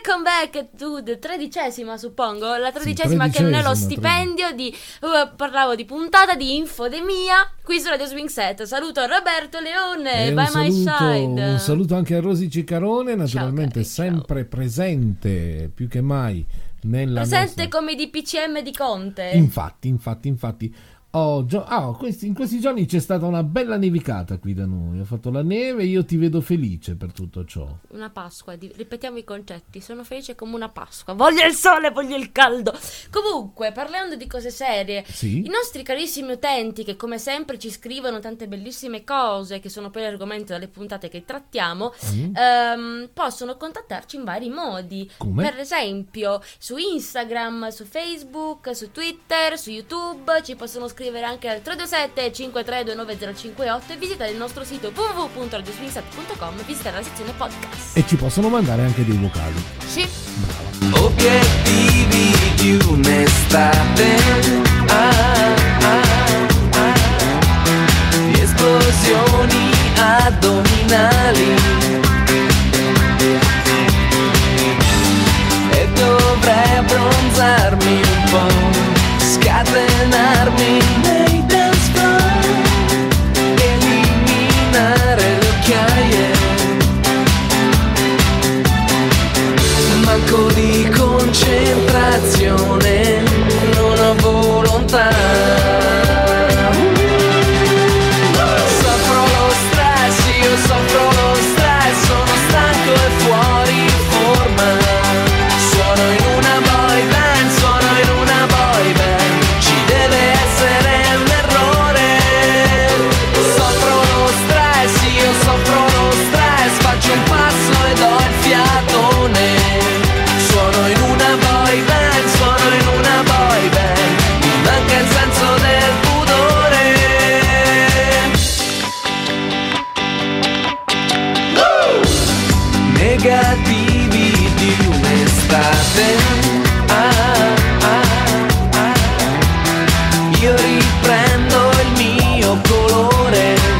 Welcome back to the 13ª, suppongo, la 13ª che non è lo stipendio di parlavo di puntata di Infodemia qui su Radio Swing Set. Saluto a Roberto Leone, by my side. Un saluto anche a Rosy Ciccarone, naturalmente sempre presente più che mai nella presente nostra... come di PCM di Conte. Infatti. In questi giorni c'è stata una bella nevicata qui da noi, ha fatto la neve e io ti vedo felice per tutto ciò. Una Pasqua, ripetiamo i concetti, sono felice come una Pasqua, voglio il sole, voglio il caldo. Comunque, parlando di cose serie, sì? I nostri carissimi utenti che come sempre ci scrivono tante bellissime cose, che sono poi l'argomento delle puntate che trattiamo, possono contattarci in vari modi. Come? Per esempio su Instagram, su Facebook, su Twitter, su YouTube, ci possono scrivere anche al 327 532 9058 e visitare il nostro sito www.radioswingset.com e visitare la sezione podcast. E ci possono mandare anche dei vocali. Sì. Brava. Obiettivi di un'estate, esplosioni addominali, e dovrei abbronzarmi un po', scatenarmi nei dance floor, eliminare le occhiaie, manco di concentrazione, non ho volontà. Soffro lo stress, io soffro lo stress, sono stanco e fuori forma. Suono in una boy band, suono in una boy band, ci deve essere un errore. Soffro lo stress, io soffro lo stress, faccio un passo e do il fiatone. Suono in una boy band, suono in una boy band, mi manca il senso del pudore. Negativi di un'estate, io riprendo il mio colore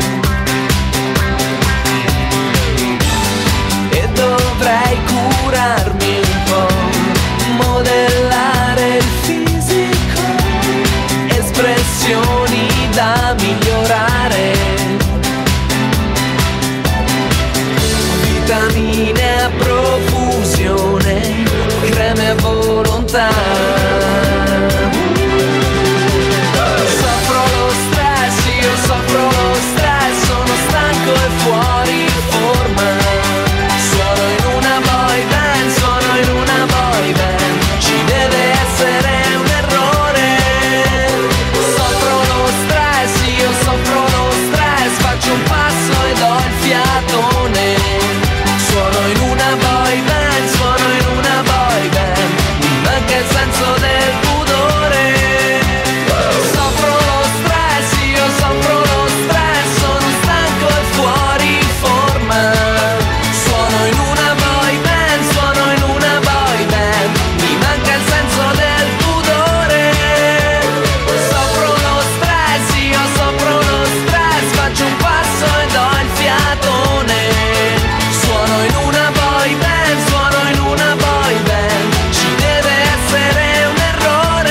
e dovrei curarmi un po', modellare il fisico, espressioni da migliorare, vitamine a profusione, creme a volontà. Soffro lo stress, io soffro lo stress, sono stanco e fuori forma. Suono in una boy band, suono in una boy band, ci deve essere un errore. Soffro lo stress, io soffro lo stress, faccio un passo e do il fiatone. Suono in una boy band, suono in una boy band, mi manca il senso del pudore. Soffro lo stress, io soffro lo stress, sono stanco e fuori forma. Suono in una boy band, suono in una boy band, mi manca il senso del pudore. Soffro lo stress, io soffro lo stress, faccio un passo e do il fiatone. Suono in una boy band, suono in una boy band, ci deve essere un errore.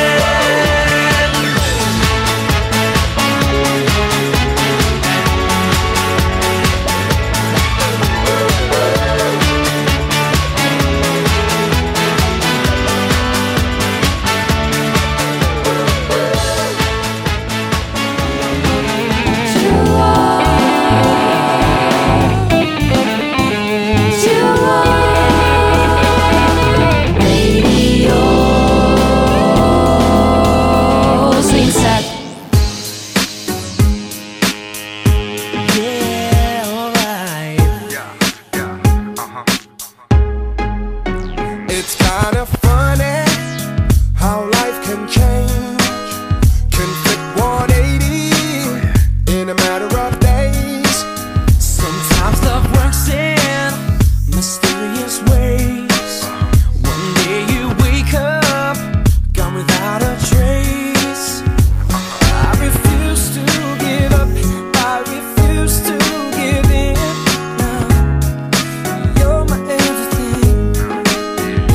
Swing Set. Yeah, alright. It's kind of funny how life can change, can flip 180 in a matter of days. Sometimes love works in mysterious ways. One day you wake up, gone without a trace. I refuse to give up, I refuse to give in. Now, you're my everything.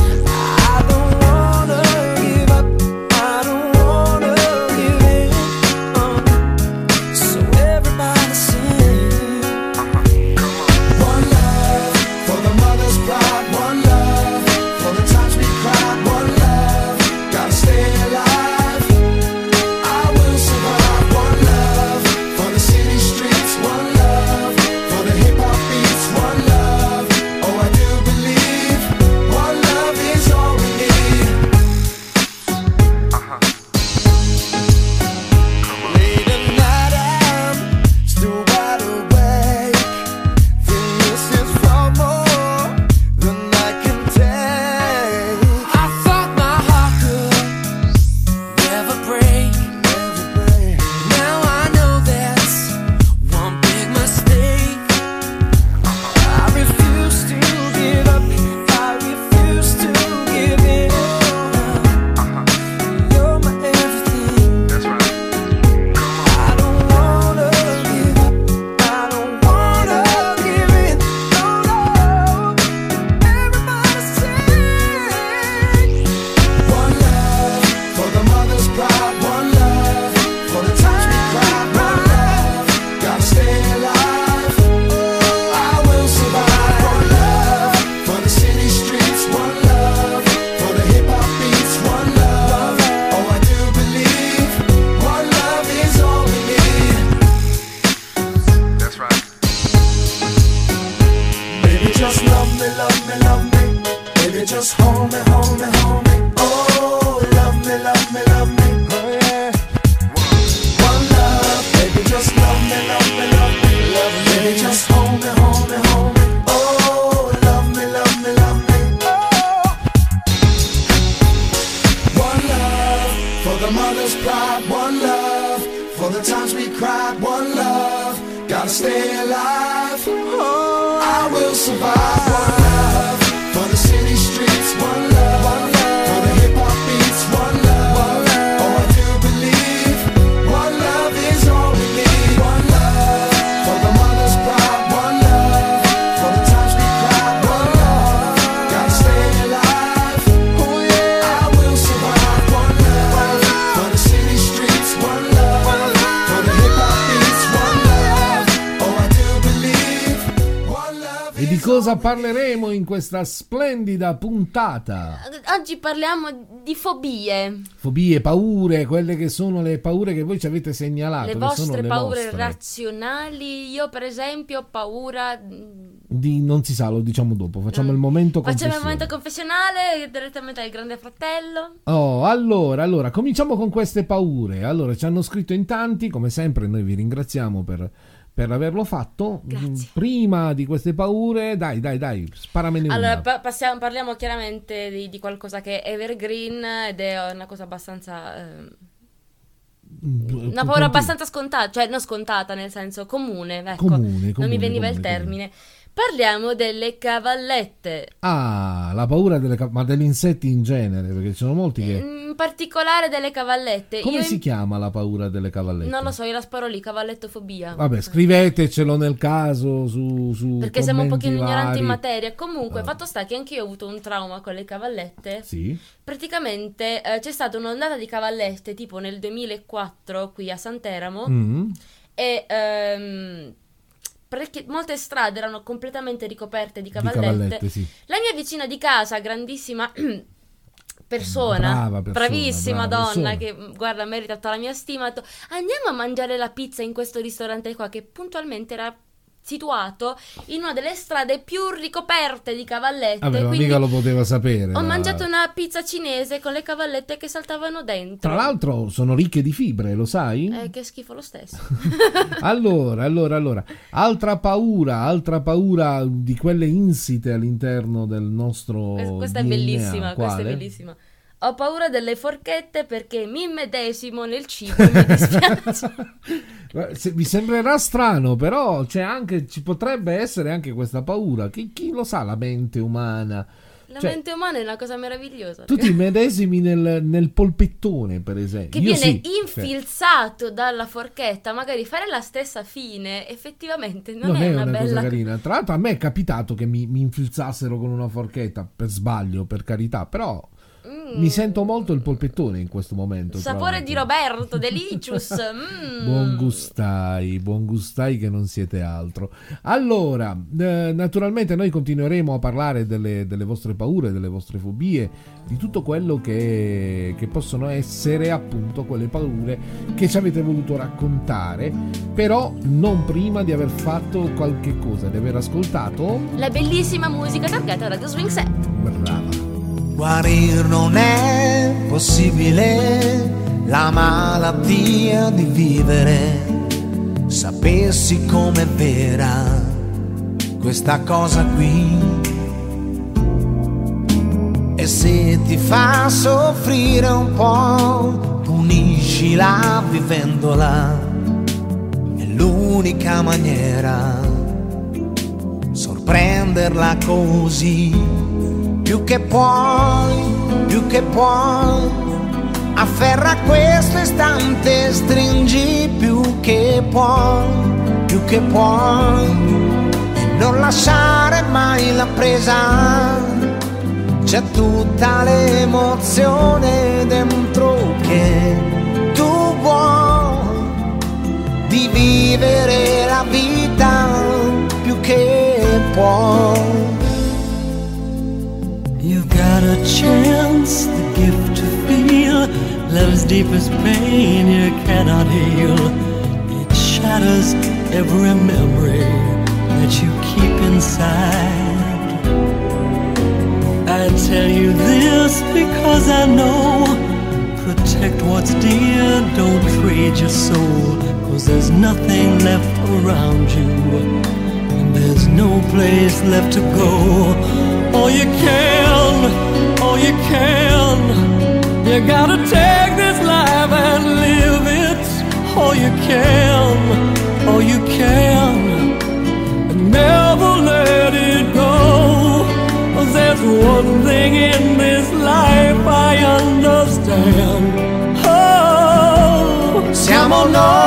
Baby, just hold me, hold me, hold me. Oh, love me, love me, love me. Oh yeah. One love, baby, just love me, love me, love me, love me. Baby, just hold me, hold me, hold me. Oh, love me, love me, love me. Oh. One love for the mother's pride. One love for the times we cried. One love, gotta stay alive. Oh, I will survive. One love for the city streets. One love for the hip hop beats. One love, oh I do believe. One love is all we need. One love for the mother's pride. One love for the times we cried. One love, gotta stay alive. Oh yeah, I will survive. One love for the city streets. One love for the hip hop beats. One love, oh I do believe. One love. E di cosa parleremo in questa splendida puntata? Oggi parliamo di fobie, Fobie, paure, quelle che sono le paure che voi ci avete segnalato. le che sono vostre le paure vostre. razionali. Io per esempio ho paura. Non si sa, lo diciamo dopo. Facciamo il momento Facciamo confessione. il momento confessionale direttamente al Grande Fratello. Oh, allora, cominciamo con queste paure. Allora, ci hanno scritto in tanti, come sempre noi vi ringraziamo per averlo fatto. Grazie. Prima di queste paure, dai, sparamene una. Allora, parliamo chiaramente di qualcosa che è evergreen ed è una cosa abbastanza. Una paura abbastanza scontata, cioè non scontata, nel senso comune, ecco. Comune, non mi veniva il comune. termine. Parliamo delle cavallette. Ah, la paura ma degli insetti in genere, perché ci sono molti che... In particolare delle cavallette. Come si chiama la paura delle cavallette? Non lo so, io la sparo lì, cavallettofobia. Vabbè, scrivetecelo nel caso su Perché siamo un commenti pochino ignoranti in vari. materia. Comunque, fatto sta che anch'io ho avuto un trauma con le cavallette. Sì. Praticamente c'è stata un'ondata di cavallette tipo nel 2004 qui a Santeramo e perché molte strade erano completamente ricoperte di cavallette. Sì. La mia vicina di casa, grandissima persona, bravissima brava donna, persona. che guarda merita tutta la mia stima, ha detto, andiamo a mangiare la pizza in questo ristorante qua che puntualmente era situato in una delle strade più ricoperte di cavallette. Vabbè, ma quindi mica lo poteva sapere. ho mangiato una pizza cinese con le cavallette che saltavano dentro. Tra l'altro sono ricche di fibre, lo sai? Che schifo lo stesso. Allora. Altra paura di quelle insite all'interno del nostro Questa è DNA. bellissima, questa è Quale? bellissima. Ho paura delle forchette perché mi immedesimo nel cibo e mi dispiace. Mi sembrerà strano, però ci potrebbe essere anche questa paura. Chi lo sa, la mente umana. La Cioè, mente umana è una cosa meravigliosa. tu ti medesimi nel polpettone, per esempio. Che Io viene sì, infilzato dalla forchetta, magari fare la stessa fine, effettivamente non è una una bella cosa carina. Tra l'altro a me è capitato che mi infilzassero con una forchetta, per sbaglio, per carità, però mi sento molto il polpettone in questo momento. Sapore di Roberto, delicious. Buon gustai che non siete altro. Allora, naturalmente noi continueremo a parlare delle vostre paure, delle vostre fobie, di tutto quello che possono essere appunto quelle paure che ci avete voluto raccontare, però non prima di aver fatto qualche cosa, di aver ascoltato la bellissima musica targata Radio Swing Set. brava. Guarir non è possibile la malattia di vivere. Sapessi com'è vera questa cosa qui. E se ti fa soffrire un po', puniscila vivendola. È l'unica maniera, sorprenderla così. Più che puoi, afferra questo istante, stringi più che puoi, e non lasciare mai la presa. C'è tutta l'emozione dentro che tu vuoi, di vivere la vita più che puoi. You've got a chance, the gift to feel love's deepest pain you cannot heal. It shatters every memory that you keep inside. I tell you this because I know. Protect what's dear, don't trade your soul, 'cause there's nothing left around you, and there's no place left to go. All you can, you gotta take this life and live it. All you can, and never let it go. There's one thing in this life I understand. Oh, siamo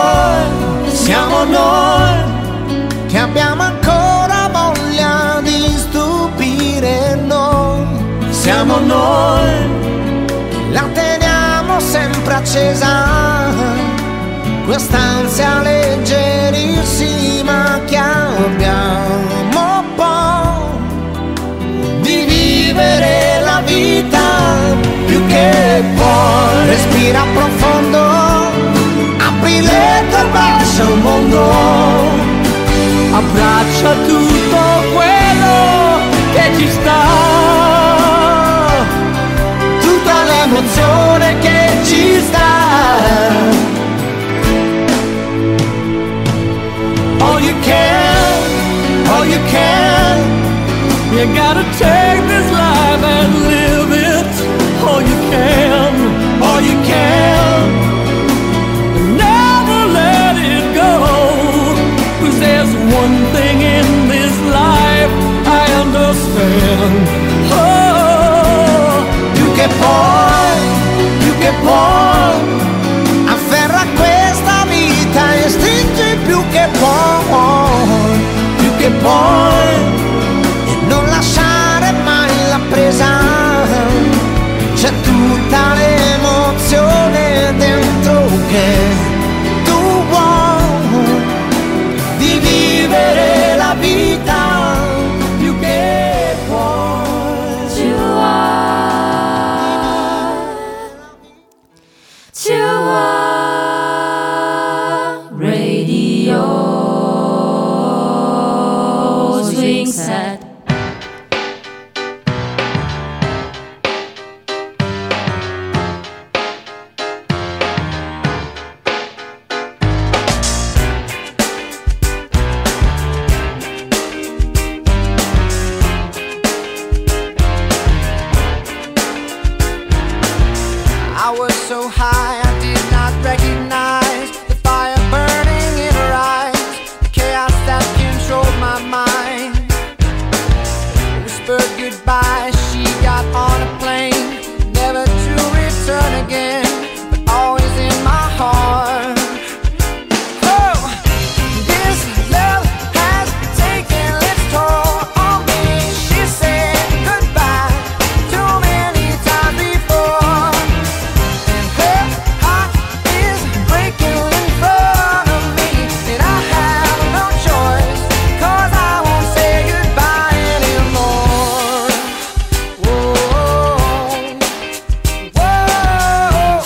noi che abbiamo ancora voglia di stupire noi. Siamo noi, la teniamo sempre accesa, quest'ansia leggerissima che abbiamo poi di vivere la vita più che puoi. Respira profondo, apri le tue braccia al mondo, abbraccia tutto quello che ci sta, tutta l'emozione che ci sta. All you can, you gotta take this life and live it. All you can, never let it go. 'Cause there's one thing in this life I understand. Oh, più che puoi, afferra questa vita e stringi più che puoi, e non lasciare mai la presa. C'è tutta l'emozione dentro che tu vuoi, di vivere la vita più che puoi. Radio Swing Set. I was so high I did not recognize the fire burning in her eyes, the chaos that controlled my mind. Whispered goodbye, she got on a plane, never to return again, but always in my heart. Oh, this love has taken its toll on me. She said goodbye too many times before. Her heart is breaking in front of me, and I have no choice, 'cause I won't say goodbye anymore. Whoa, whoa,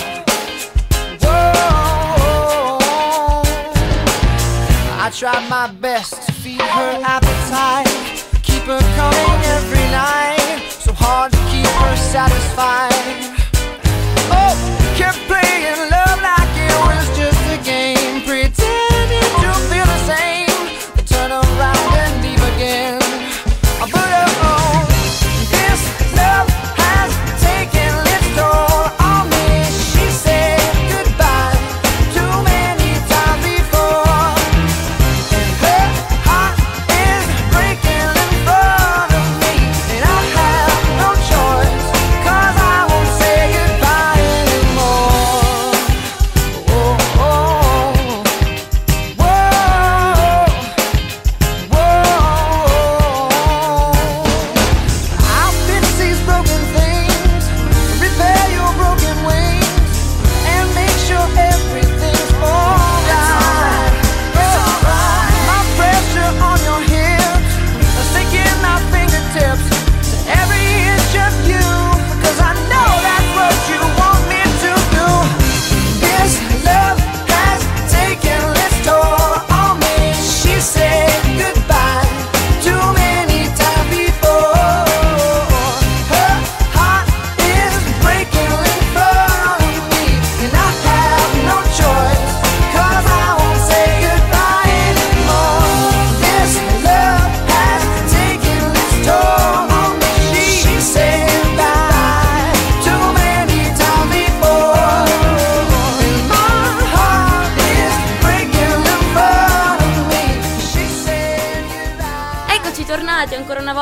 whoa. I tried my best to feed her appetite, keep her coming every night, so hard to keep her satisfied. Oh, kept playing love like it was just a game, pretending to feel the same, then turn around and leave again. But oh, this love has taken its toll on me. She said goodbye too many times before, and her heart is breaking in front of me, and I have no choice, 'cause I won't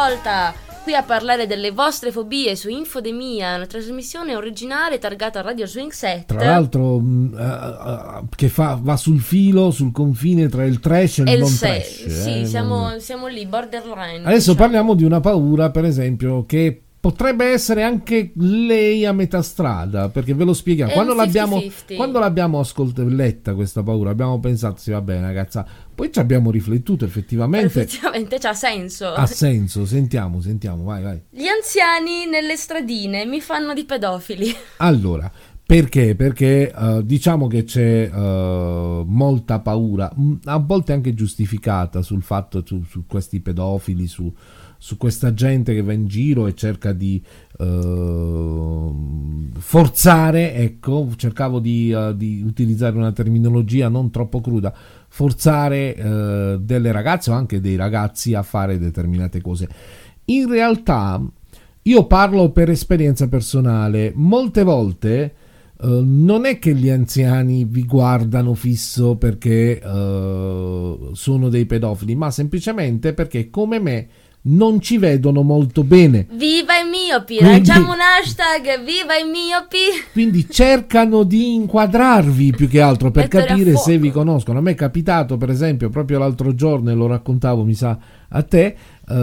volta qui a parlare delle vostre fobie su Infodemia, una trasmissione originale targata Radio Swing Set. Tra l'altro che va sul filo, sul confine tra il trash e il non trash. Sì, siamo lì, borderline. Adesso parliamo di una paura, per esempio, che potrebbe essere anche lei a metà strada, perché ve lo spieghiamo. Quando l'abbiamo letta questa paura, abbiamo pensato, sì, va bene, ragazza. Poi ci abbiamo riflettuto, effettivamente c'ha senso. Ha senso, sentiamo, vai. Gli anziani nelle stradine mi fanno di pedofili. Allora, perché? Perché diciamo che c'è molta paura, a volte anche giustificata, sul fatto su questi pedofili, su questa gente che va in giro e cerca di forzare, ecco, cercavo di utilizzare una terminologia non troppo cruda, forzare delle ragazze o anche dei ragazzi a fare determinate cose. In realtà io parlo per esperienza personale, molte volte non è che gli anziani vi guardano fisso perché sono dei pedofili, ma semplicemente perché, come me, non ci vedono molto bene. Viva i miopi, lanciamo un hashtag, viva i miopi. Quindi cercano di inquadrarvi più che altro per capire se vi conoscono. A me è capitato, per esempio, proprio l'altro giorno, e lo raccontavo, mi sa, a te,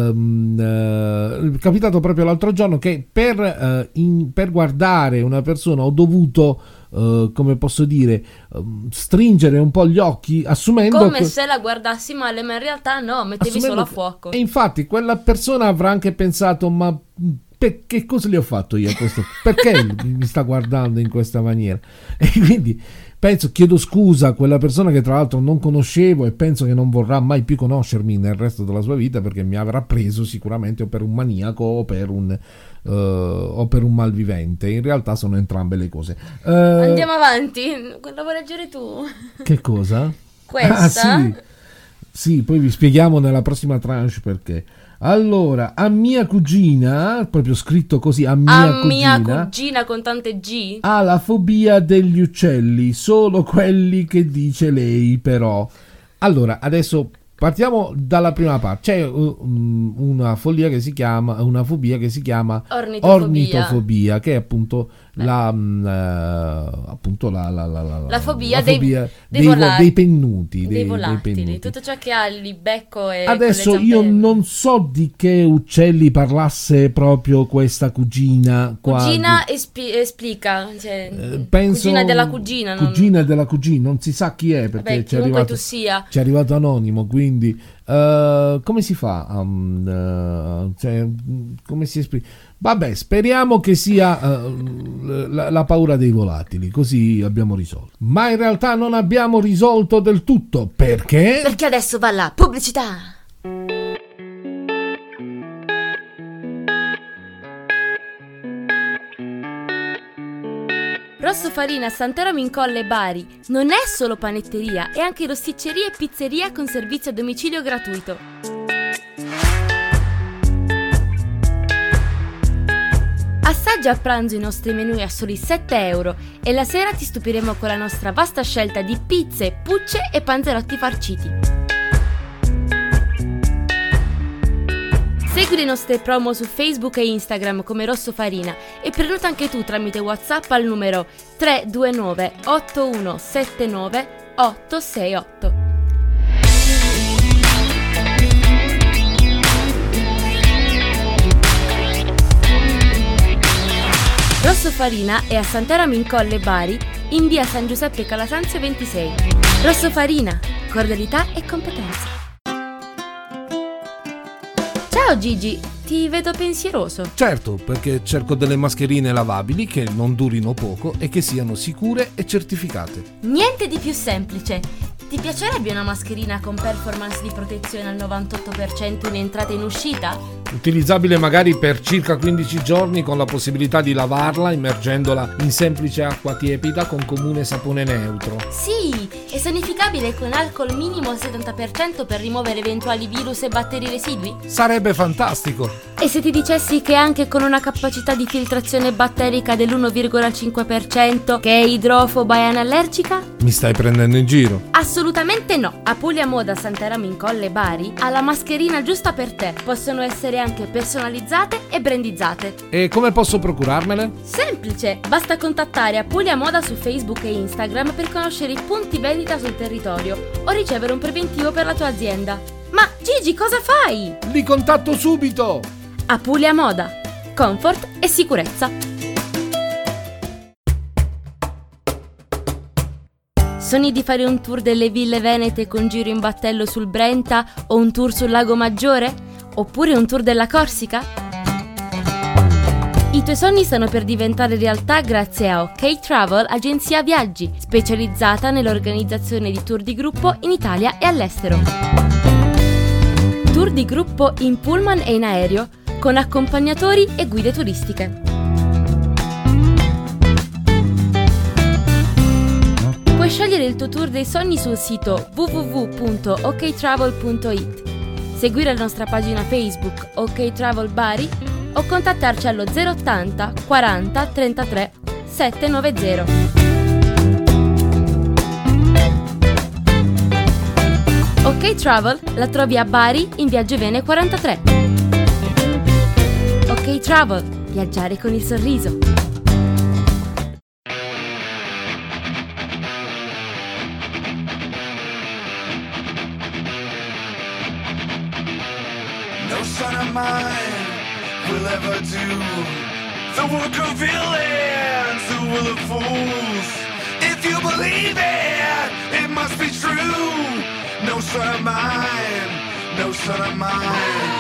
è capitato proprio l'altro giorno che per guardare una persona ho dovuto, come posso dire, stringere un po' gli occhi, assumendo come se la guardassi male, ma in realtà no, mettevi solo a fuoco. E infatti quella persona avrà anche pensato, ma che cosa gli ho fatto io a questo? Perché mi sta guardando in questa maniera? E quindi chiedo scusa a quella persona che tra l'altro non conoscevo e penso che non vorrà mai più conoscermi nel resto della sua vita, perché mi avrà preso sicuramente o per un maniaco o per un malvivente. In realtà sono entrambe le cose. Andiamo avanti, la vuoi leggere tu? Che cosa? Questa? Sì, poi vi spieghiamo nella prossima tranche perché. Allora, a mia cugina, proprio scritto così, a mia cugina con tante G, ha la fobia degli uccelli, solo quelli che dice lei, però. Allora, adesso partiamo dalla prima parte. C'è una fobia che si chiama ornitofobia, che è appunto la fobia dei pennuti, dei volatili, tutto ciò che ha il becco e adesso io non so di che uccelli parlasse proprio questa cugina esplica, cioè, penso cugina della cugina, non si sa chi è, perché ci è arrivato anonimo, quindi come si fa come si esprime? Vabbè, speriamo che sia la paura dei volatili, così abbiamo risolto. Ma in realtà non abbiamo risolto del tutto, perché? Perché adesso va la pubblicità. Rosso Farina Santeramo in Colle Bari non è solo panetteria, è anche rosticceria e pizzeria con servizio a domicilio gratuito. Assaggia a pranzo i nostri menù a soli 7 euro e la sera ti stupiremo con la nostra vasta scelta di pizze, pucce e panzerotti farciti. Segui le nostre promo su Facebook e Instagram come Rosso Farina e prenota anche tu tramite WhatsApp al numero 329 8179 868. Rosso Farina è a Santeramo in Colle Bari, in via San Giuseppe Calasanzio 26. Rosso Farina, cordialità e competenza. Ciao Gigi, ti vedo pensieroso. Certo, perché cerco delle mascherine lavabili che non durino poco e che siano sicure e certificate. Niente di più semplice. Ti piacerebbe una mascherina con performance di protezione al 98% in entrata e in uscita? Utilizzabile magari per circa 15 giorni con la possibilità di lavarla immergendola in semplice acqua tiepida con comune sapone neutro. Sì, e sanificabile con alcol minimo al 70% per rimuovere eventuali virus e batteri residui? Sarebbe fantastico! E se ti dicessi che anche con una capacità di filtrazione batterica dell'1,5% che è idrofoba e anallergica? Mi stai prendendo in giro? Assolutamente no! A Puglia Moda Santeramo in Colle Bari ha la mascherina giusta per te. Possono essere anche personalizzate e brandizzate. E come posso procurarmele? Semplice, basta contattare Apulia Moda su Facebook e Instagram per conoscere i punti vendita sul territorio o ricevere un preventivo per la tua azienda. Ma Gigi, cosa fai? Li contatto subito! Apulia Moda, comfort e sicurezza. Sogni di fare un tour delle ville venete con giro in battello sul Brenta o un tour sul Lago Maggiore? Oppure un tour della Corsica? I tuoi sogni stanno per diventare realtà grazie a OK Travel, agenzia viaggi, specializzata nell'organizzazione di tour di gruppo in Italia e all'estero. Tour di gruppo in pullman e in aereo, con accompagnatori e guide turistiche. Puoi scegliere il tuo tour dei sogni sul sito www.oktravel.it, seguire la nostra pagina Facebook OK Travel Bari o contattarci allo 080 40 33 790. OK Travel la trovi a Bari in via Giovene 43. OK Travel, viaggiare con il sorriso. No son of mine will ever do the work of villains who will of fools. If you believe it, it must be true. No son of mine, no son of mine.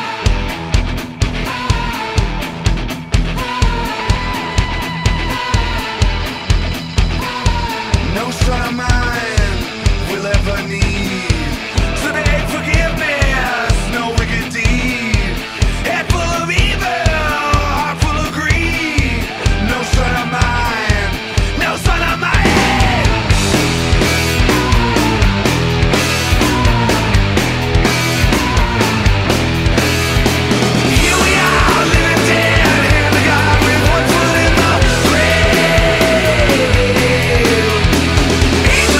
No son of mine will ever need to beg forgiveness, no wicked deed. Head full of evil, heart full of greed. No son of mine, no son of mine. Here we are, living dead, hand to God with one foot in the grave.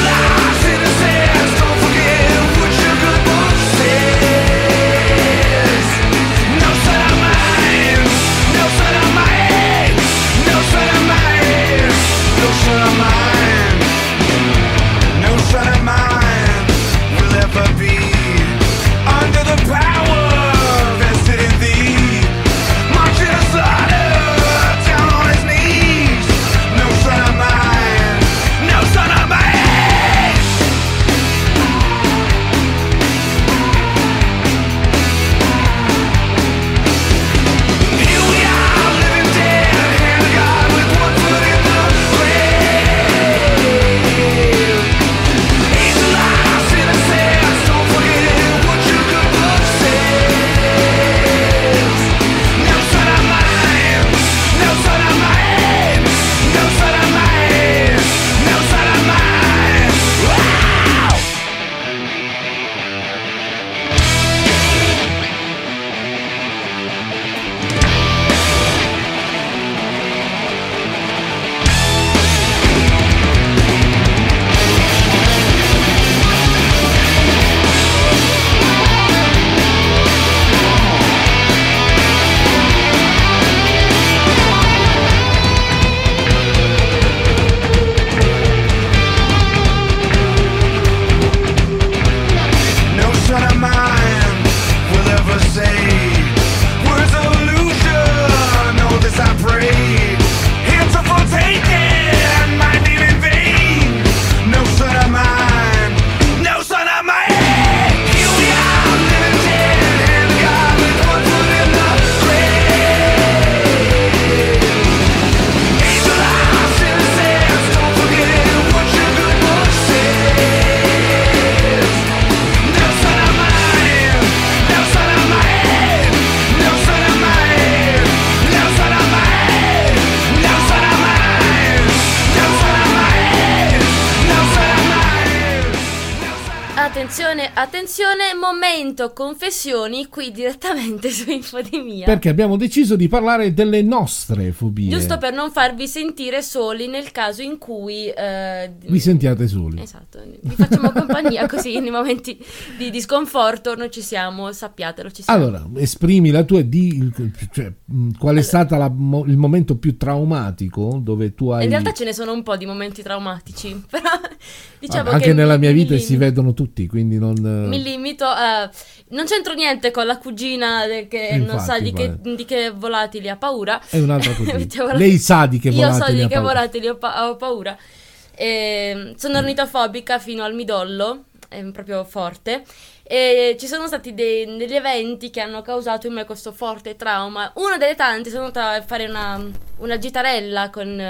Attenzione, momento confessioni qui direttamente su Infodemia. Perché abbiamo deciso di parlare delle nostre fobie. Giusto per non farvi sentire soli nel caso in cui vi sentiate soli. Esatto, vi facciamo compagnia così nei momenti di sconforto noi ci siamo, sappiatelo, ci siamo. Allora, esprimi la tua qual è stato il momento più traumatico dove tu hai... In realtà ce ne sono un po' di momenti traumatici, però diciamo anche che nella mia vita si vedono tutti, quindi non... Mi limito a... Non c'entro niente con la cugina che Infatti, non sa di che volatili ha paura. È un'altra cugina. Lei sa di che volatili ha paura. Io so di che volatili ho paura. Sono ornitofobica fino al midollo, è proprio forte. E ci sono stati degli eventi che hanno causato in me questo forte trauma. Una delle tante, sono andata a fare una gitarella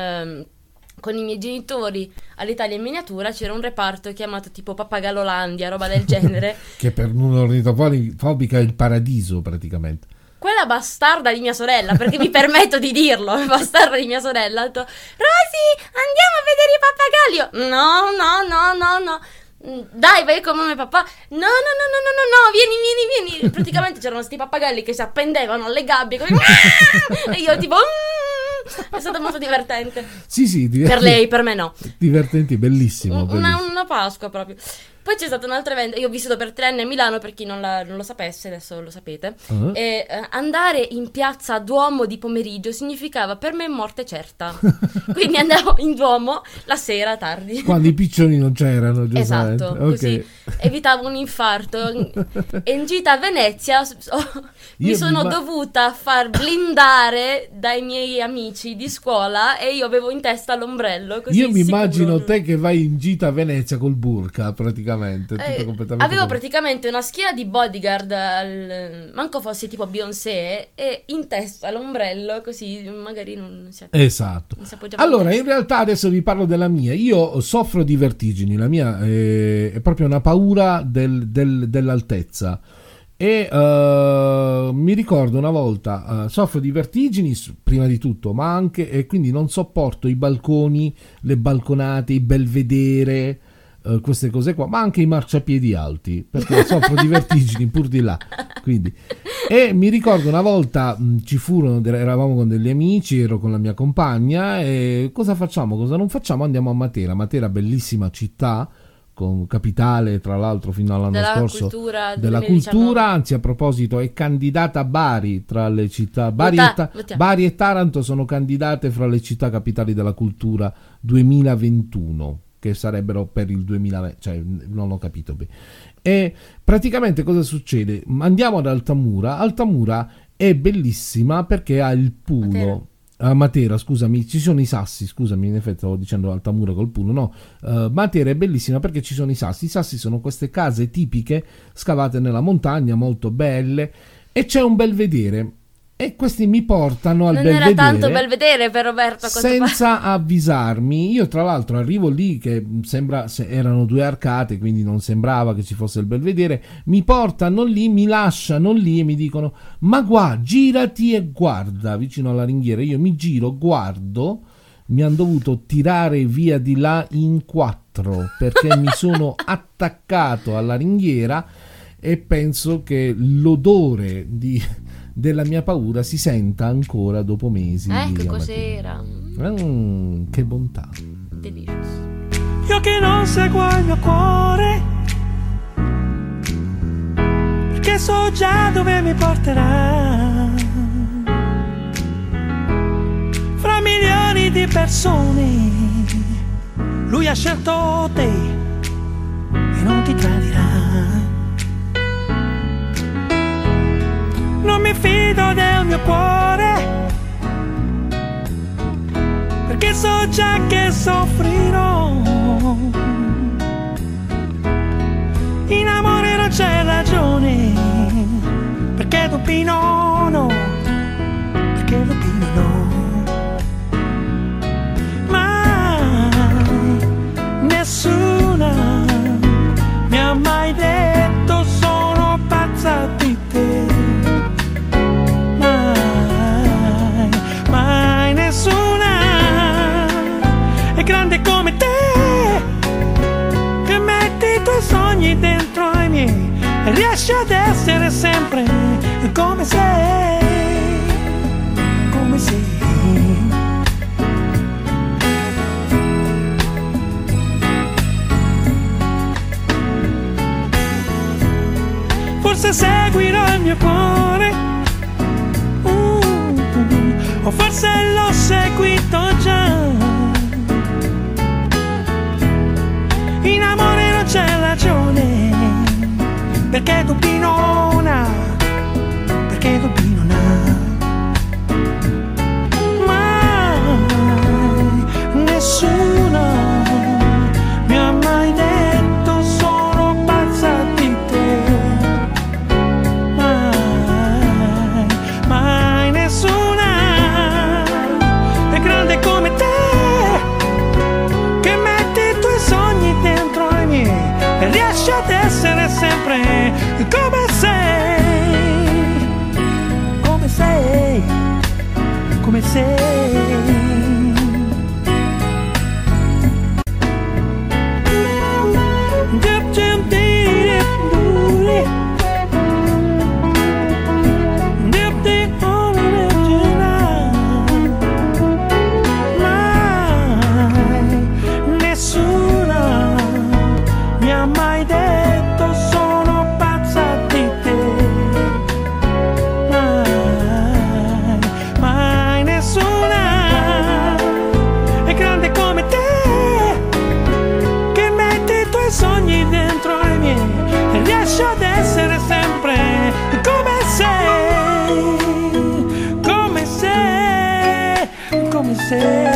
con i miei genitori all'Italia in miniatura. C'era un reparto chiamato tipo Pappagalolandia, roba del genere. Che per un'ornitofobica è il paradiso praticamente. Quella bastarda di mia sorella, perché mi permetto di dirlo, bastarda di mia sorella, ha detto: Rosy, andiamo a vedere i pappagalli. No. Dai, vai con mamma e papà. No, vieni. Praticamente c'erano sti pappagalli che si appendevano alle gabbie e io tipo è stato molto divertente. Sì, per lei, per me no. Divertenti, bellissimo. Una Pasqua proprio. Poi c'è stato un altro evento. Io ho vissuto per 3 anni a Milano, per chi non lo sapesse, adesso lo sapete. E andare in piazza Duomo di pomeriggio significava per me morte certa. Quindi andavo in Duomo la sera tardi. Quando i piccioni non c'erano, giustamente. Esatto, così evitavo un infarto. E in gita a Venezia mi sono dovuta far blindare dai miei amici di scuola e io avevo in testa l'ombrello. Così io mi immagino te che vai in gita a Venezia col burka, praticamente. Avevo praticamente una schiena di bodyguard, manco fossi tipo Beyoncé, e in testa l'ombrello, così magari non si esatto. Non si appoggiava. Allora, in realtà adesso vi parlo della mia. Io soffro di vertigini, la mia è proprio una paura dell'altezza. E mi ricordo una volta soffro di vertigini prima di tutto, ma anche, e quindi non sopporto i balconi, le balconate, i belvedere, queste cose qua, ma anche i marciapiedi alti, perché soffro di vertigini pur di là. Quindi, e mi ricordo una volta eravamo con degli amici, ero con la mia compagna, e cosa facciamo, cosa non facciamo? Andiamo a Matera, bellissima città, con capitale tra l'altro fino all'anno scorso della cultura, anzi a proposito è candidata a Bari tra le città, Bari e Taranto sono candidate fra le città capitali della cultura 2021, che sarebbero per il 2020, cioè non ho capito bene. E praticamente cosa succede? Andiamo ad Altamura è bellissima perché ha il pulo. Matera, scusami, ci sono i sassi, scusami, in effetti stavo dicendo Altamura col pulo, no, Matera è bellissima perché ci sono i sassi sono queste case tipiche scavate nella montagna, molto belle, e c'è un belvedere. E questi mi portano al belvedere. Non era tanto belvedere per Roberto senza avvisarmi. Io tra l'altro arrivo lì che erano 2 arcate, quindi non sembrava che ci fosse il belvedere. Mi portano lì, mi lasciano lì e mi dicono: ma girati e guarda vicino alla ringhiera. Io mi giro, guardo, mi hanno dovuto tirare via di là in 4 perché mi sono attaccato alla ringhiera, e penso che l'odore della mia paura si senta ancora dopo mesi. Che cos'era? Che bontà. Delicious. Io che non seguo il mio cuore, perché so già dove mi porterà. Fra milioni di persone lui ha scelto te e non ti tradirà. Non mi fido del mio cuore, perché so già che soffrirò. In amore non c'è ragione, perché dopino no, perché dopino no. Mai nessuna mi ha mai detto sono pazza di te. Mai nessuna è grande come te, che metti i tuoi sogni dentro mio cuore, o forse l'ho seguito già. In amore non c'è ragione, perché tu pinona, perché tu pinona. Mai nessuno mi ha mai detto sono pazza di te. Mai, mai nessuna è grande come te, che metti i tuoi sogni dentro i miei e riesci ad essere sempre come sei, come sei, come sei. Ad essere sempre come sei, come sei, come sei.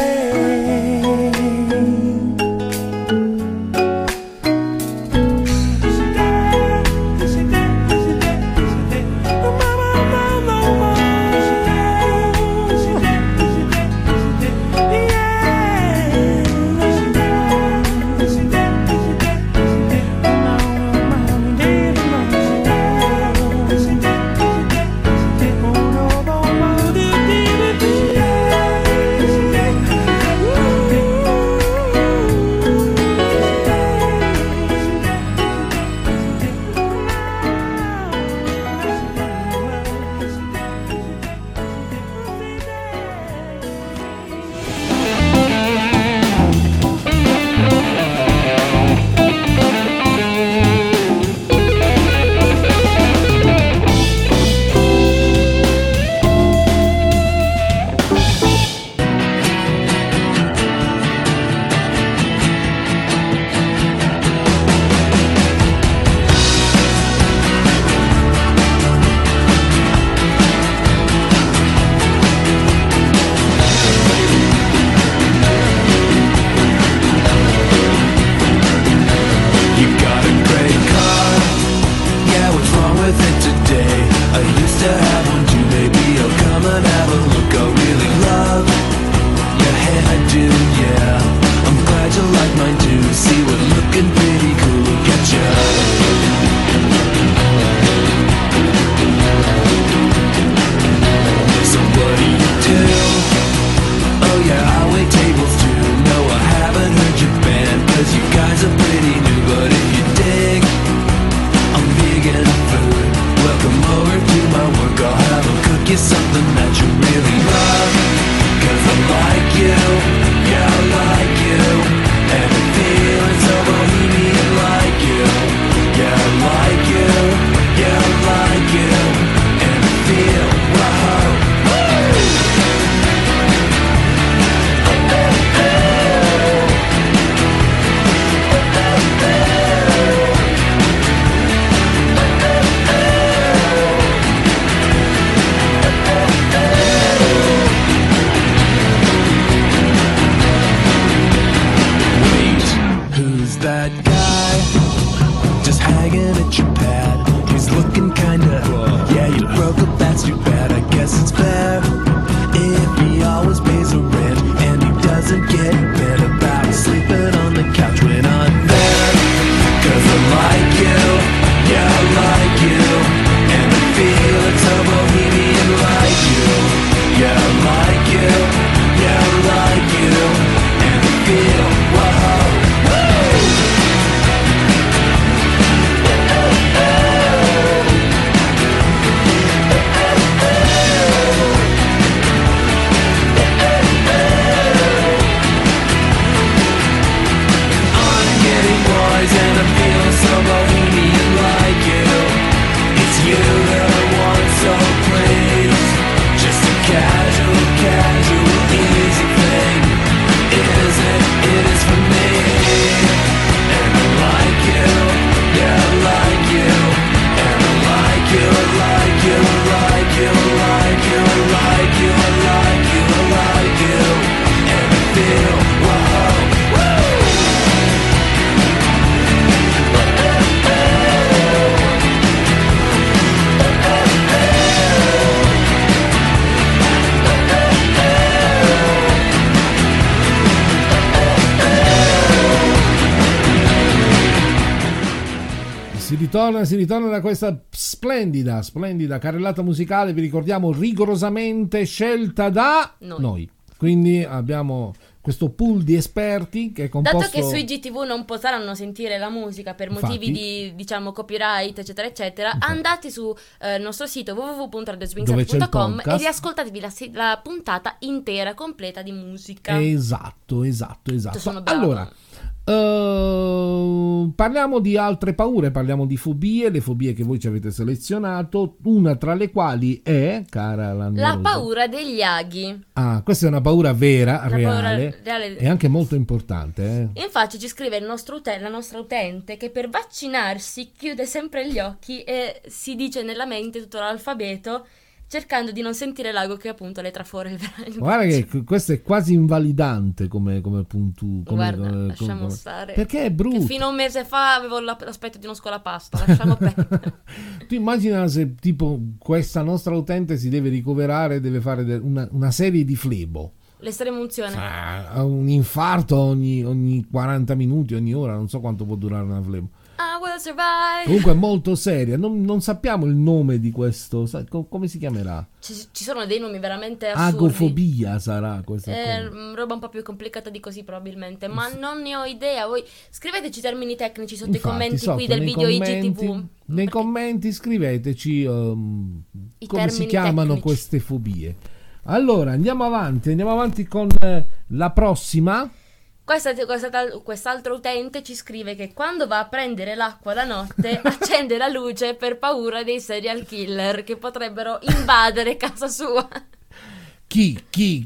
Si ritorna da questa splendida carrellata musicale, vi ricordiamo rigorosamente scelta da noi. Quindi abbiamo questo pool di esperti che è composto... Dato che su IGTV non potranno sentire la musica per motivi di, diciamo, copyright, eccetera, eccetera, andate sul nostro sito www.radioswingset.com e riascoltatevi la puntata intera, completa di musica. Esatto. Allora, parliamo di altre paure, parliamo di fobie, le fobie che voi ci avete selezionato, una tra le quali è, cara la paura degli aghi. Ah, questa è una paura vera, reale e anche molto importante. Infatti ci scrive la nostra utente che per vaccinarsi chiude sempre gli occhi e si dice nella mente tutto l'alfabeto, cercando di non sentire l'ago che appunto le trafora il braccio. Guarda che questo è quasi invalidante come punto. Guarda, lasciamo stare. Perché è brutto. Che fino a un mese fa avevo l'aspetto di uno scolapasta, lasciamo perdere. Tu immagina se tipo questa nostra utente si deve ricoverare, deve fare una serie di flebo. L'estrema unzione. Un infarto ogni 40 minuti, ogni ora, non so quanto può durare una flebo. I will survive. Comunque è molto seria, non sappiamo il nome di questo, come si chiamerà? Ci sono dei nomi veramente assurdi. Agofobia sarà questa roba un po' più complicata di così probabilmente, ma non ne ho idea. Voi scriveteci termini tecnici sotto i commenti qui del video IGTV. Nei commenti scriveteci come si chiamano tecnici. Queste fobie. Allora andiamo avanti con la prossima. Quest'altro utente ci scrive che quando va a prendere l'acqua la notte accende la luce per paura dei serial killer che potrebbero invadere casa sua. Chi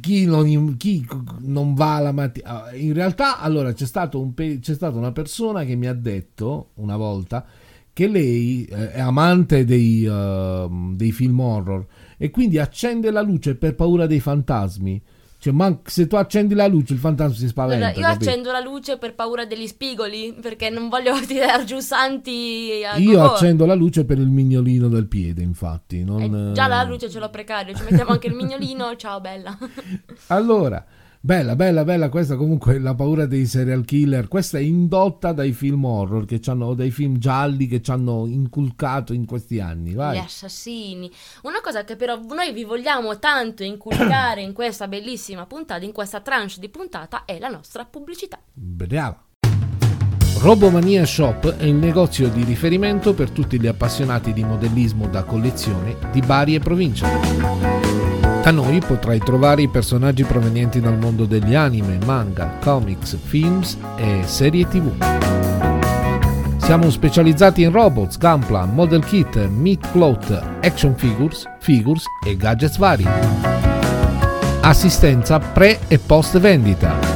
non va alla mattina? In realtà, allora c'è stata una persona che mi ha detto una volta che lei è amante dei film horror e quindi accende la luce per paura dei fantasmi. Cioè, ma se tu accendi la luce il fantasma si spaventa. Io accendo la luce per paura degli spigoli, perché non voglio tirare giù santi io accendo la luce per il mignolino del piede, infatti già la luce ce l'ho precario, ci mettiamo anche il mignolino. Ciao bella. Allora, bella questa. Comunque la paura dei serial killer, questa è indotta dai film horror dai film gialli che ci hanno inculcato in questi anni. Vai. Gli assassini. Una cosa che però noi vi vogliamo tanto inculcare in questa bellissima puntata, in questa tranche di puntata, è la nostra pubblicità. Brava. Robomania Shop è il negozio di riferimento per tutti gli appassionati di modellismo da collezione di Bari e provincia. Da noi potrai trovare i personaggi provenienti dal mondo degli anime, manga, comics, films e serie TV. Siamo specializzati in robots, gunpla, model kit, meat cloth, action figures e gadgets vari. Assistenza pre e post vendita.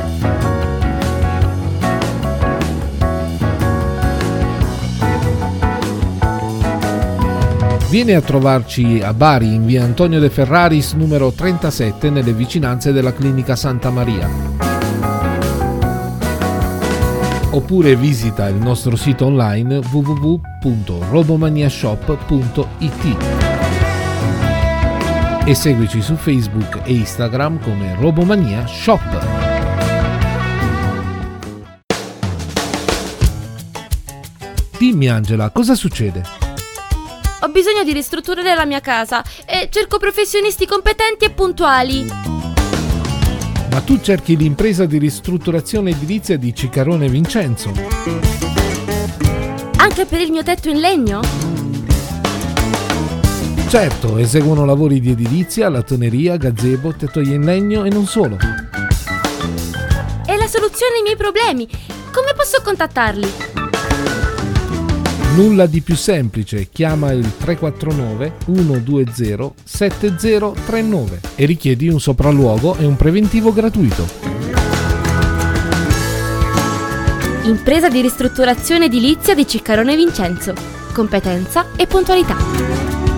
Vieni a trovarci a Bari in via Antonio De Ferraris numero 37 nelle vicinanze della clinica Santa Maria. Oppure visita il nostro sito online www.robomaniashop.it e seguici su Facebook e Instagram come Robomania Shop. Dimmi Angela, cosa succede? Ho bisogno di ristrutturare la mia casa e cerco professionisti competenti e puntuali. Ma tu cerchi l'impresa di ristrutturazione edilizia di Ciccarone Vincenzo? Anche per il mio tetto in legno? Certo, eseguono lavori di edilizia, lattoneria, gazebo, tettoie in legno e non solo. È la soluzione ai miei problemi. Come posso contattarli? Nulla di più semplice, chiama il 349 120 7039 e richiedi un sopralluogo e un preventivo gratuito. Impresa di ristrutturazione edilizia di Ciccarone Vincenzo. Competenza e puntualità.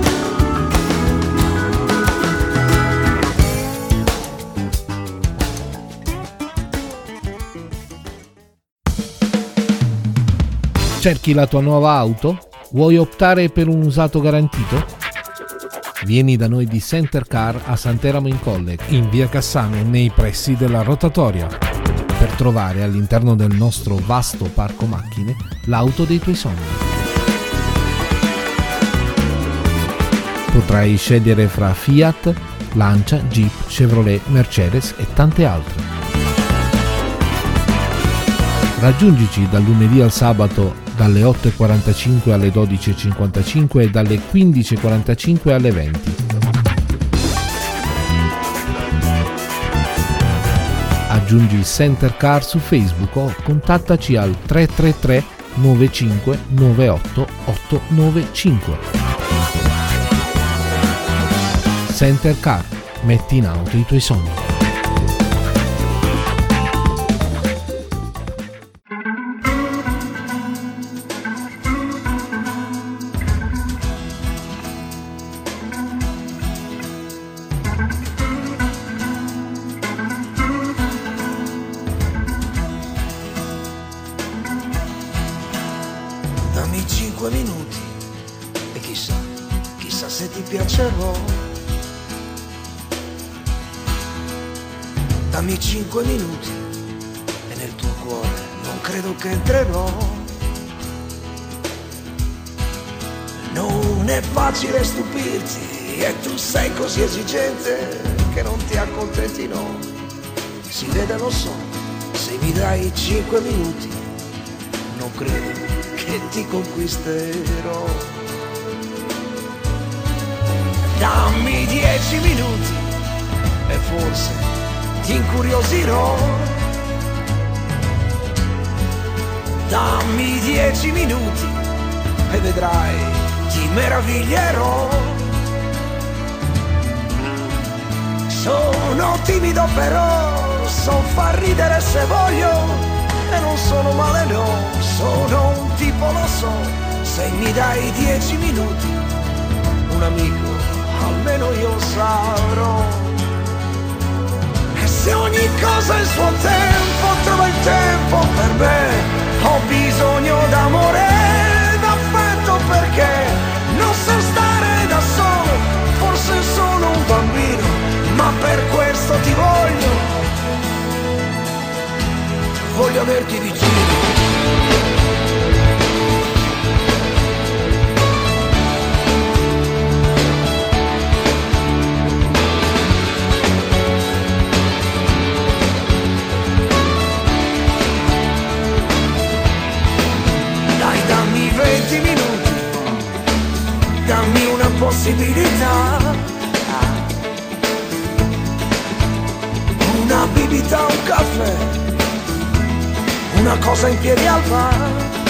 Cerchi la tua nuova auto? Vuoi optare per un usato garantito? Vieni da noi di Center Car a Sant'Eramo in Colle, in via Cassano, nei pressi della rotatoria, per trovare all'interno del nostro vasto parco macchine l'auto dei tuoi sogni. Potrai scegliere fra Fiat, Lancia, Jeep, Chevrolet, Mercedes e tante altre. Raggiungici dal lunedì al sabato dalle 8:45 alle 12:55 e dalle 15:45 alle 20. Aggiungi Center Car su Facebook o contattaci al 333 95 98 895. Center Car, metti in auto i tuoi sogni. Dammi 5 minuti e chissà se ti piacerò. Dammi 5 minuti e nel tuo cuore non credo che entrerò. Non è facile stupirti e tu sei così esigente che non ti accontenti, no. Si vede, lo so, se mi dai 5 minuti non credo che ti conquisterò. Dammi 10 minuti e forse ti incuriosirò. Dammi 10 minuti e vedrai, ti meraviglierò. Sono timido però so far ridere se voglio e non sono male, no, sono un tipo, lo so. Se mi dai 10 minuti un amico almeno io sarò. E se ogni cosa ha il suo tempo, trova il tempo per me. Ho bisogno d'amore e d'affetto perché non so stare da solo. Forse sono un bambino, ma per questo ti voglio averti vicino. Dammi 20 minuti, dammi una possibilità, una bibita, un caffè, una cosa in piedi al bar,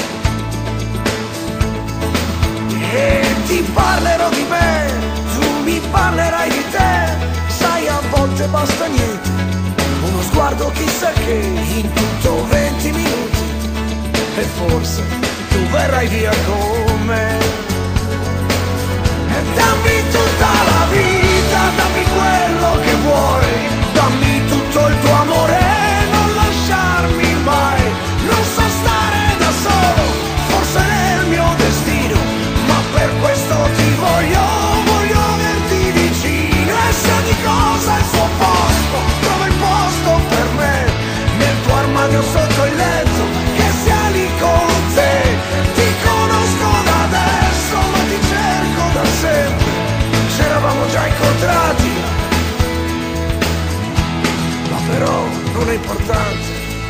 e ti parlerò di me, tu mi parlerai di te, sai a volte basta niente, uno sguardo chissà che, in tutto 20 minuti, e forse tu verrai via con me. E dammi tutta la vita, dammi quello che vuoi, dammi tutto il tuo amore, non lasciarmi mai. Non so stare da solo, forse è il mio destino, ma per questo ti voglio averti vicino. E se ogni cosa ha il suo posto, trova il posto per me, nel tuo armadio sotto il letto, che sia lì con te. Ti conosco da adesso, ma ti cerco da sempre, c'eravamo già incontrati, ma però non è importante.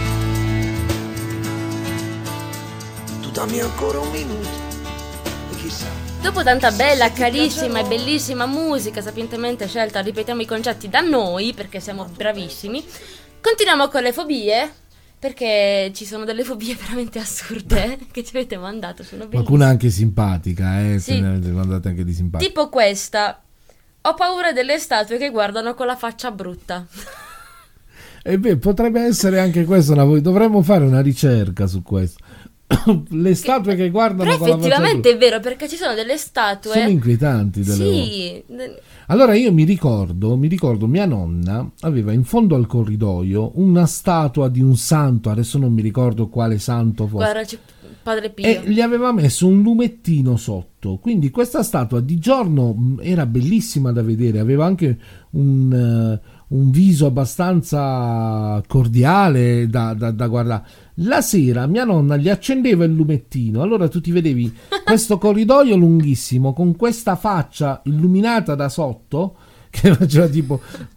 Tu dammi ancora un minuto e chissà. Dopo tanta bella, carissima e bellissima musica sapientemente scelta, ripetiamo i concetti da noi perché siamo bravissimi, continuiamo con le fobie. Perché ci sono delle fobie veramente assurde che ci avete mandato, sono bellissime. Qualcuna anche simpatica, sì. Se ne avete mandate anche di simpatica. Tipo questa: ho paura delle statue che guardano con la faccia brutta. E beh, potrebbe essere anche questa una... Dovremmo fare una ricerca su questo. Le statue che guardano però con la faccia brutta. effettivamente è vero, perché ci sono delle statue... Sono inquietanti delle sì. Allora io mi ricordo mia nonna aveva in fondo al corridoio una statua di un santo, adesso non mi ricordo quale santo fosse. Guarda, Padre Pio. E gli aveva messo un lumettino sotto, quindi questa statua di giorno era bellissima da vedere, aveva anche un un viso abbastanza cordiale da guardare. La sera mia nonna gli accendeva il lumettino, allora tu ti vedevi questo corridoio lunghissimo con questa faccia illuminata da sotto che faceva tipo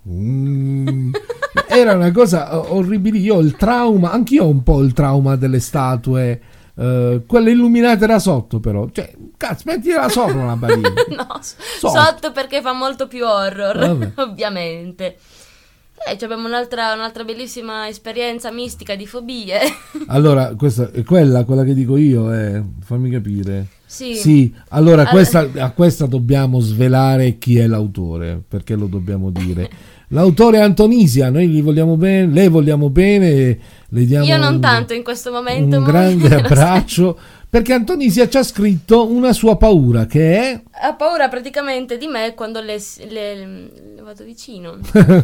era una cosa orribile. Io ho il trauma, anch'io ho un po' il trauma delle statue, quelle illuminate da sotto, però cioè cazzo, mettila sopra una balena. No, sotto perché fa molto più horror. Vabbè. Ovviamente. Abbiamo un'altra bellissima esperienza mistica di fobie. Allora, questa è quella che dico io, fammi capire. Sì. Allora, a questa dobbiamo svelare chi è l'autore, perché lo dobbiamo dire. L'autore è Antonisia, noi gli vogliamo bene, le vogliamo bene, le diamo io non tanto in questo momento. un grande abbraccio, perché Antonisia ci ha scritto una sua paura, che è... Ha paura praticamente di me quando le vado vicino.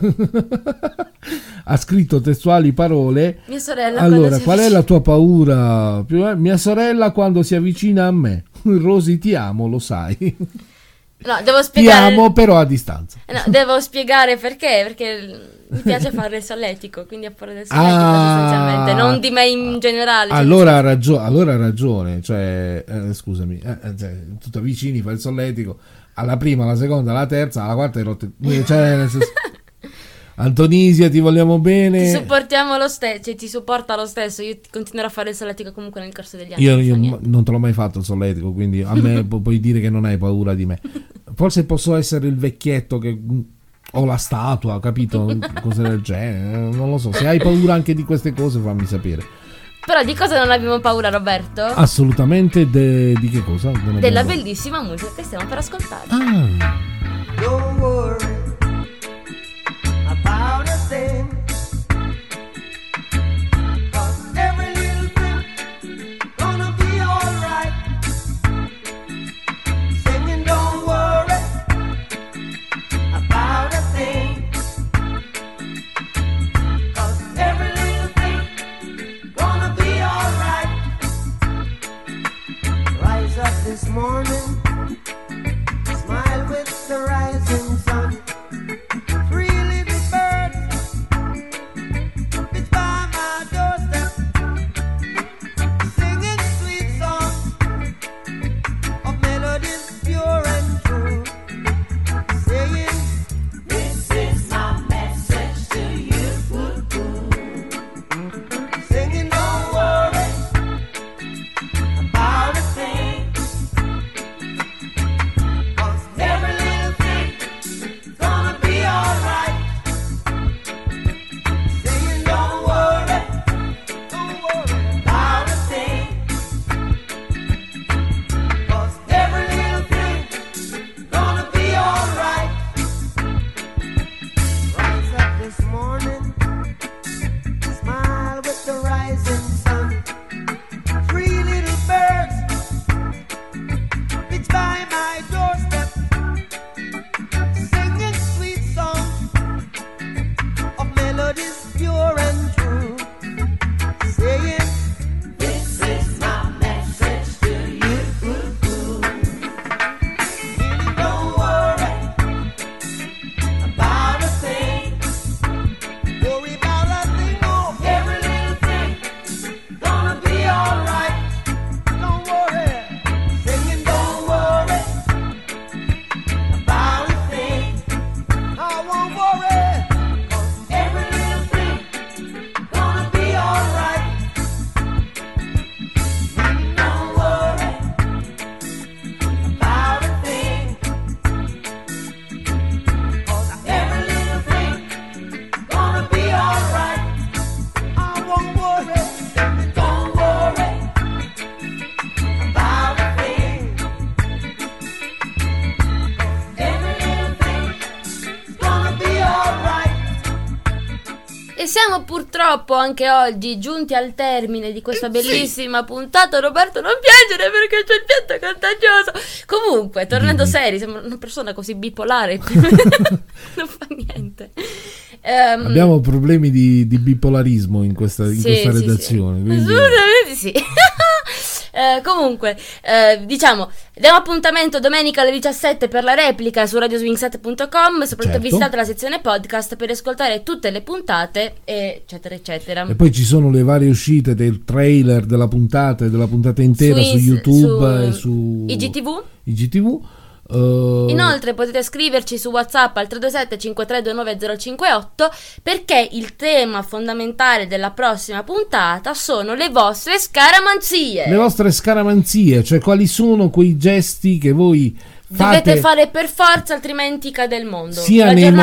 Ha scritto testuali parole. Mia sorella. Allora, qual è la tua paura? Mia sorella quando si avvicina a me. Rosy, ti amo, lo sai. No, devo spiegare. Ti amo, però a distanza. No, devo spiegare perché mi piace fare il solletico, quindi a fare del solletico sostanzialmente, non di me in generale. Allora ha ragione, cioè, scusami, tu ti avvicini, fai il solletico, alla prima, alla seconda, alla terza, alla quarta hai rotto, cioè, nel senso, Antonisia, ti vogliamo bene. Ti supportiamo lo stesso, cioè, ti supporta lo stesso. Io continuerò a fare il solletico comunque nel corso degli anni. Io non te l'ho mai fatto il solletico, quindi a me puoi dire che non hai paura di me. Forse posso essere il vecchietto che ho la statua, capito? Cose del genere, non lo so. Se hai paura anche di queste cose, fammi sapere. Però di cosa non abbiamo paura, Roberto? Assolutamente. Di che cosa? Della bellissima musica che stiamo per ascoltare. Don't worry about a thing, 'cause every little thing gonna be alright. Singing, don't worry about a thing, 'cause every little thing gonna be alright. Rise up this morning, smile with the rising sun. Three little birds pitch by my doorstep, singing sweet songs of melodies pure and true, saying, this is my message to you. Singing, don't worry about a thing, 'cause every little thing gonna be alright. Saying, don't worry about a thing, 'cause every little thing gonna be alright. Rise up this morning, smile with the rising sun. Three little birds pitch by my doorstep, singing sweet songs of melodies pure and true, saying, this is my message to you. Really don't worry about a thing, worry about a thing, oh, every little thing gonna be alright. Don't worry, singing, don't worry about a thing, I won't worry, 'cause every little thing gonna be alright. Don't worry about a thing, 'cause every little thing gonna be alright. I won't worry, don't worry about a thing, 'cause every little thing gonna be alright. E siamo purtroppo anche oggi giunti al termine di questa bellissima puntata. Roberto, non piangere perché c'è il pianto contagioso. Comunque, tornando seri, sembra una persona così bipolare. Non fa niente. Abbiamo problemi di bipolarismo in questa Sì, redazione. sì. Quindi... Assolutamente sì. Comunque, diciamo, diamo appuntamento domenica alle 17 per la replica su radioswing7.com. Soprattutto visitate la sezione podcast per ascoltare tutte le puntate, eccetera eccetera. E poi ci sono le varie uscite del trailer della puntata intera su YouTube e su IGTV. Inoltre potete scriverci su WhatsApp al 327 5329 058, perché il tema fondamentale della prossima puntata sono le vostre scaramanzie. Le vostre scaramanzie, cioè quali sono quei gesti che voi dovete fare per forza, altrimenti cade il mondo. Sia nei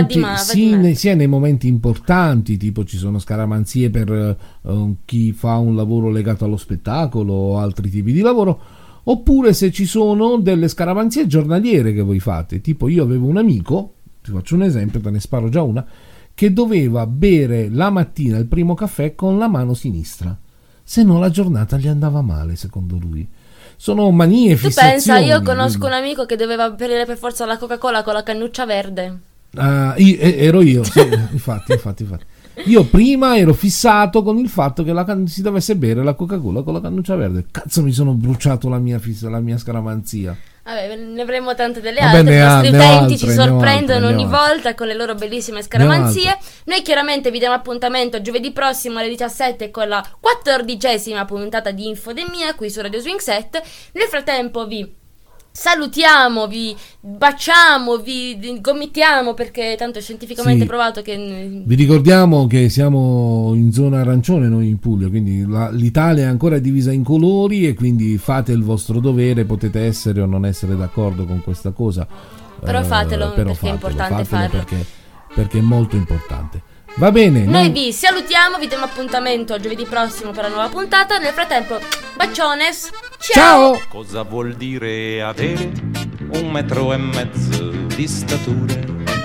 momenti importanti, tipo ci sono scaramanzie per chi fa un lavoro legato allo spettacolo o altri tipi di lavoro. Oppure se ci sono delle scaramanzie giornaliere che voi fate, tipo io avevo un amico, ti faccio un esempio, te ne sparo già una, che doveva bere la mattina il primo caffè con la mano sinistra, se no la giornata gli andava male, secondo lui. Sono manie, fissazioni. Tu pensa, io conosco un amico che doveva bere per forza la Coca-Cola con la cannuccia verde. Ero io, sì, infatti. Io prima ero fissato con il fatto che si dovesse bere la Coca-Cola con la cannuccia verde. Cazzo, mi sono bruciato la mia scaramanzia. Vabbè, ne avremo tante delle altre. I nostri utenti ci sorprendono ogni volta con le loro bellissime scaramanzie. Noi chiaramente vi diamo appuntamento giovedì prossimo alle 17 con la 14ª puntata di Infodemia qui su Radio Swing Set. Nel frattempo vi salutiamo, vi baciamo, vi gomittiamo, perché tanto è scientificamente provato che... Vi ricordiamo che siamo in zona arancione noi in Puglia, quindi l'Italia è ancora divisa in colori e quindi fate il vostro dovere, potete essere o non essere d'accordo con questa cosa, però fatelo, perché è importante farlo, perché è molto importante. Va bene, noi vi salutiamo, vi diamo appuntamento giovedì prossimo per la nuova puntata. Nel frattempo, bacciones, ciao! Cosa vuol dire avere 1,5 metri di statura?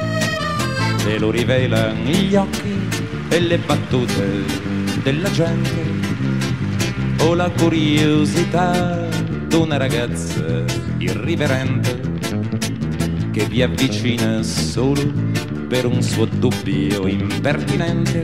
Ve lo rivelano gli occhi e le battute della gente, o la curiosità d'una ragazza irriverente che vi avvicina solo per un suo dubbio impertinente.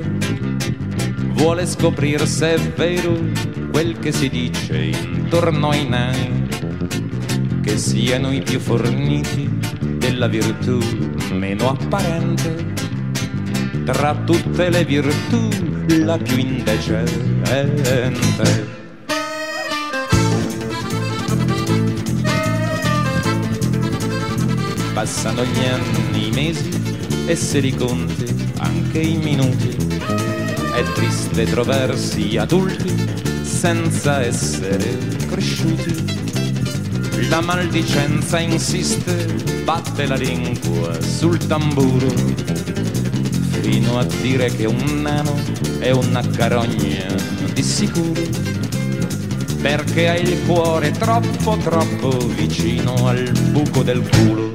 Vuole scoprire se è vero quel che si dice intorno ai nani, che siano i più forniti della virtù meno apparente. Tra tutte le virtù la più indecente. Passano gli anni, i mesi e se li conti anche i minuti. È triste trovarsi adulti senza essere cresciuti. La maldicenza insiste, batte la lingua sul tamburo, fino a dire che un nano è una carogna di sicuro, perché ha il cuore troppo vicino al buco del culo.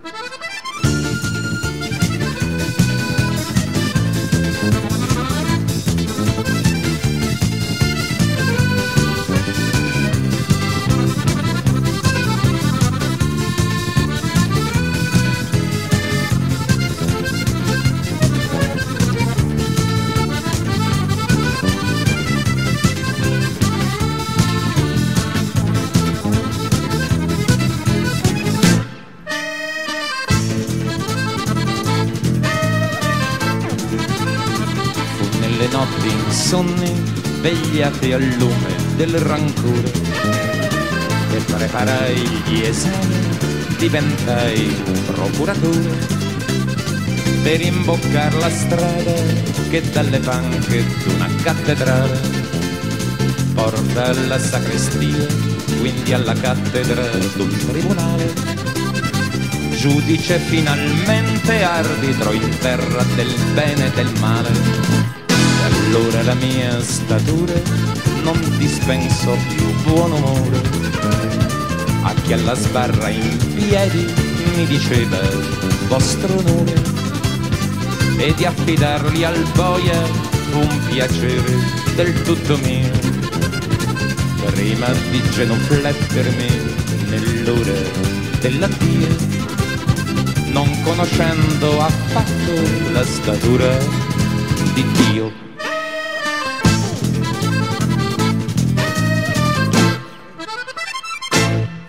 Insonni vegliati al lume del rancore, e preparai gli esami, diventai procuratore, per imboccar la strada che dalle panche d'una cattedrale porta alla sacrestia, quindi alla cattedra d'un tribunale. Giudice finalmente arbitro in terra del bene e del male. Allora la mia statura non dispensò più buon umore a chi alla sbarra in piedi mi diceva vostro onore, e di affidarli al boia fu un piacere del tutto mio, prima di genuflettermi nell'ora dell'addio, non conoscendo affatto la statura di Dio.